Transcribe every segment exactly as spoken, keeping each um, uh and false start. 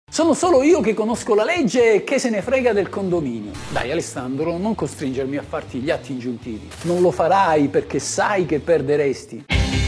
Sono solo io che conosco la legge e che se ne frega del condominio. Dai Alessandro, non costringermi a farti gli atti ingiuntivi. Non lo farai perché sai che perderesti.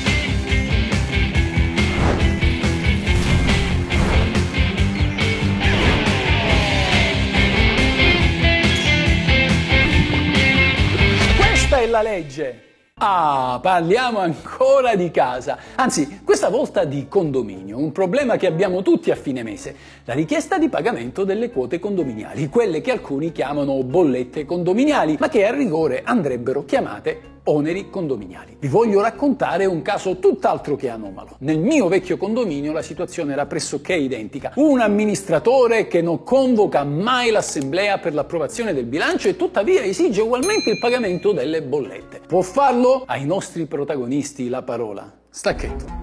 Questa è la legge. Ah, parliamo ancora di casa, anzi questa volta di condominio, un problema che abbiamo tutti a fine mese, la richiesta di pagamento delle quote condominiali, quelle che alcuni chiamano bollette condominiali, ma che a rigore andrebbero chiamate oneri condominiali. Vi voglio raccontare un caso tutt'altro che anomalo. Nel mio vecchio condominio la situazione era pressoché identica. Un amministratore che non convoca mai l'assemblea per l'approvazione del bilancio e tuttavia esige ugualmente il pagamento delle bollette. Può farlo? Ai nostri protagonisti la parola. Stacchetto.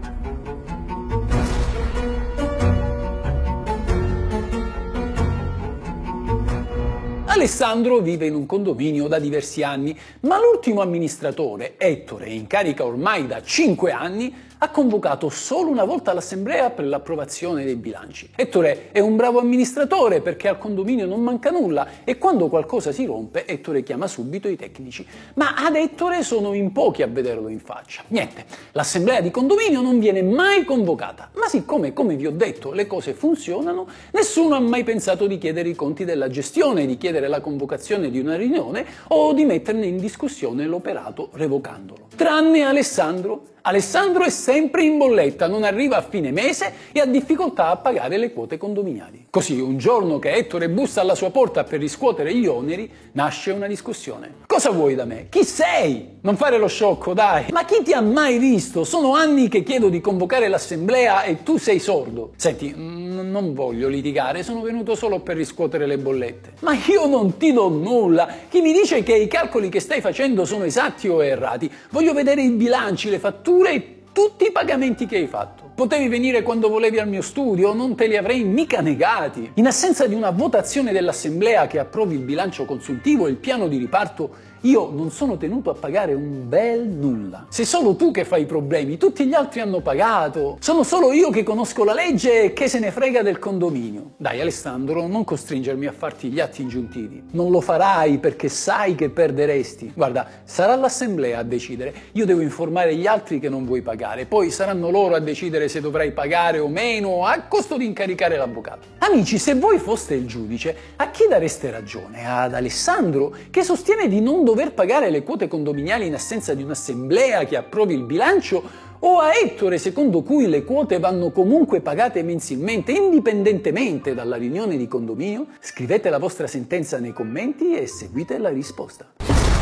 Alessandro vive in un condominio da diversi anni, ma l'ultimo amministratore, Ettore, in carica ormai da cinque anni, ha convocato solo una volta l'assemblea per l'approvazione dei bilanci. Ettore è un bravo amministratore perché al condominio non manca nulla e quando qualcosa si rompe Ettore chiama subito i tecnici. Ma ad Ettore sono in pochi a vederlo in faccia. Niente, l'assemblea di condominio non viene mai convocata, ma siccome, come vi ho detto, le cose funzionano, nessuno ha mai pensato di chiedere i conti della gestione, di chiedere la convocazione di una riunione o di metterne in discussione l'operato revocandolo. Tranne Alessandro. Alessandro è sempre in bolletta, non arriva a fine mese e ha difficoltà a pagare le quote condominiali. Così, un giorno che Ettore bussa alla sua porta per riscuotere gli oneri, nasce una discussione. Cosa vuoi da me? Chi sei? Non fare lo sciocco, dai! Ma chi ti ha mai visto? Sono anni che chiedo di convocare l'assemblea e tu sei sordo. Senti, non voglio litigare, sono venuto solo per riscuotere le bollette. Ma io non ti do nulla! Chi mi dice che i calcoli che stai facendo sono esatti o errati? Voglio vedere i bilanci, le fatture e tutti i pagamenti che hai fatto. Potevi venire quando volevi al mio studio, non te li avrei mica negati. In assenza di una votazione dell'assemblea che approvi il bilancio consuntivo e il piano di riparto, io non sono tenuto a pagare un bel nulla. Sei solo tu che fai i problemi, tutti gli altri hanno pagato. Sono solo io che conosco la legge e che se ne frega del condominio. Dai Alessandro, non costringermi a farti gli atti ingiuntivi. Non lo farai perché sai che perderesti. Guarda, sarà l'assemblea a decidere. Io devo informare gli altri che non vuoi pagare. Poi saranno loro a decidere se dovrai pagare o meno, a costo di incaricare l'avvocato. Amici, se voi foste il giudice, a chi dareste ragione? Ad Alessandro, che sostiene di non dover pagare le quote condominiali in assenza di un'assemblea che approvi il bilancio, o a Ettore, secondo cui le quote vanno comunque pagate mensilmente, indipendentemente dalla riunione di condominio? Scrivete la vostra sentenza nei commenti e seguite la risposta.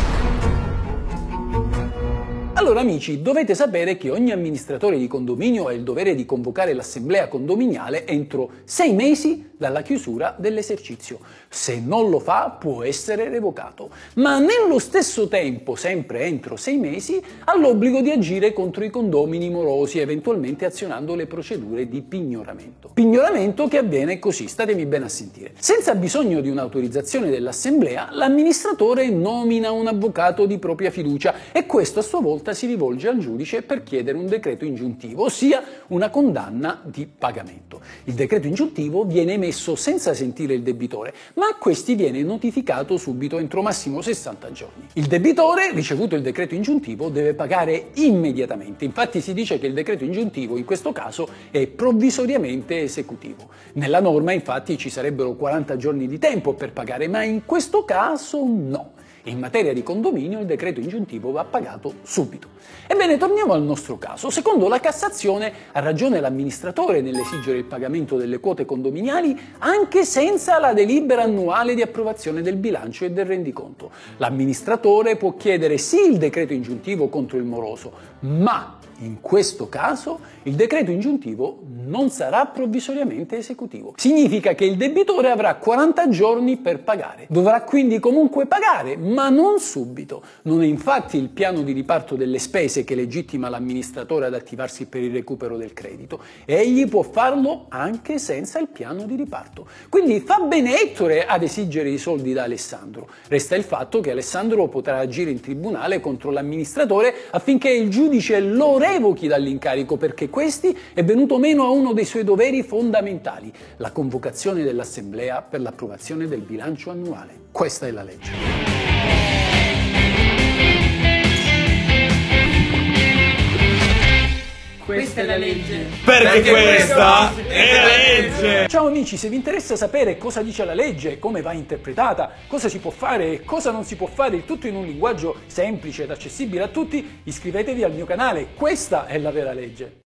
Allora amici, dovete sapere che ogni amministratore di condominio ha il dovere di convocare l'assemblea condominiale entro sei mesi dalla chiusura dell'esercizio. Se non lo fa può essere revocato, ma nello stesso tempo, sempre entro sei mesi, ha l'obbligo di agire contro i condomini morosi, eventualmente azionando le procedure di pignoramento. Pignoramento che avviene così, statemi bene a sentire. Senza bisogno di un'autorizzazione dell'assemblea, l'amministratore nomina un avvocato di propria fiducia e questo a sua volta si rivolge al giudice per chiedere un decreto ingiuntivo, ossia una condanna di pagamento. Il decreto ingiuntivo viene emesso senza sentire il debitore, ma a questi viene notificato subito entro massimo sessanta giorni. Il debitore, ricevuto il decreto ingiuntivo, deve pagare immediatamente. Infatti si dice che il decreto ingiuntivo in questo caso è provvisoriamente esecutivo. Nella norma infatti ci sarebbero quaranta giorni di tempo per pagare, ma in questo caso no. In materia di condominio il decreto ingiuntivo va pagato subito. Ebbene, torniamo al nostro caso. Secondo la Cassazione ha ragione l'amministratore nell'esigere il pagamento delle quote condominiali anche senza la delibera annuale di approvazione del bilancio e del rendiconto. L'amministratore può chiedere sì il decreto ingiuntivo contro il moroso, ma in questo caso il decreto ingiuntivo non sarà provvisoriamente esecutivo. Significa che il debitore avrà quaranta giorni per pagare. Dovrà quindi comunque pagare, ma non subito. Non è infatti il piano di riparto delle spese che legittima l'amministratore ad attivarsi per il recupero del credito. Egli può farlo anche senza il piano di riparto. Quindi fa bene Ettore ad esigere i soldi da Alessandro. Resta il fatto che Alessandro potrà agire in tribunale contro l'amministratore affinché il giudice lo revochi dall'incarico perché questi è venuto meno a uno dei suoi doveri fondamentali, la convocazione dell'Assemblea per l'approvazione del bilancio annuale. Questa è la legge. Questa è la legge. Perché, Perché questa è la legge! Ciao amici, se vi interessa sapere cosa dice la legge, come va interpretata, cosa si può fare e cosa non si può fare, il tutto in un linguaggio semplice ed accessibile a tutti, iscrivetevi al mio canale. Questa è la vera legge.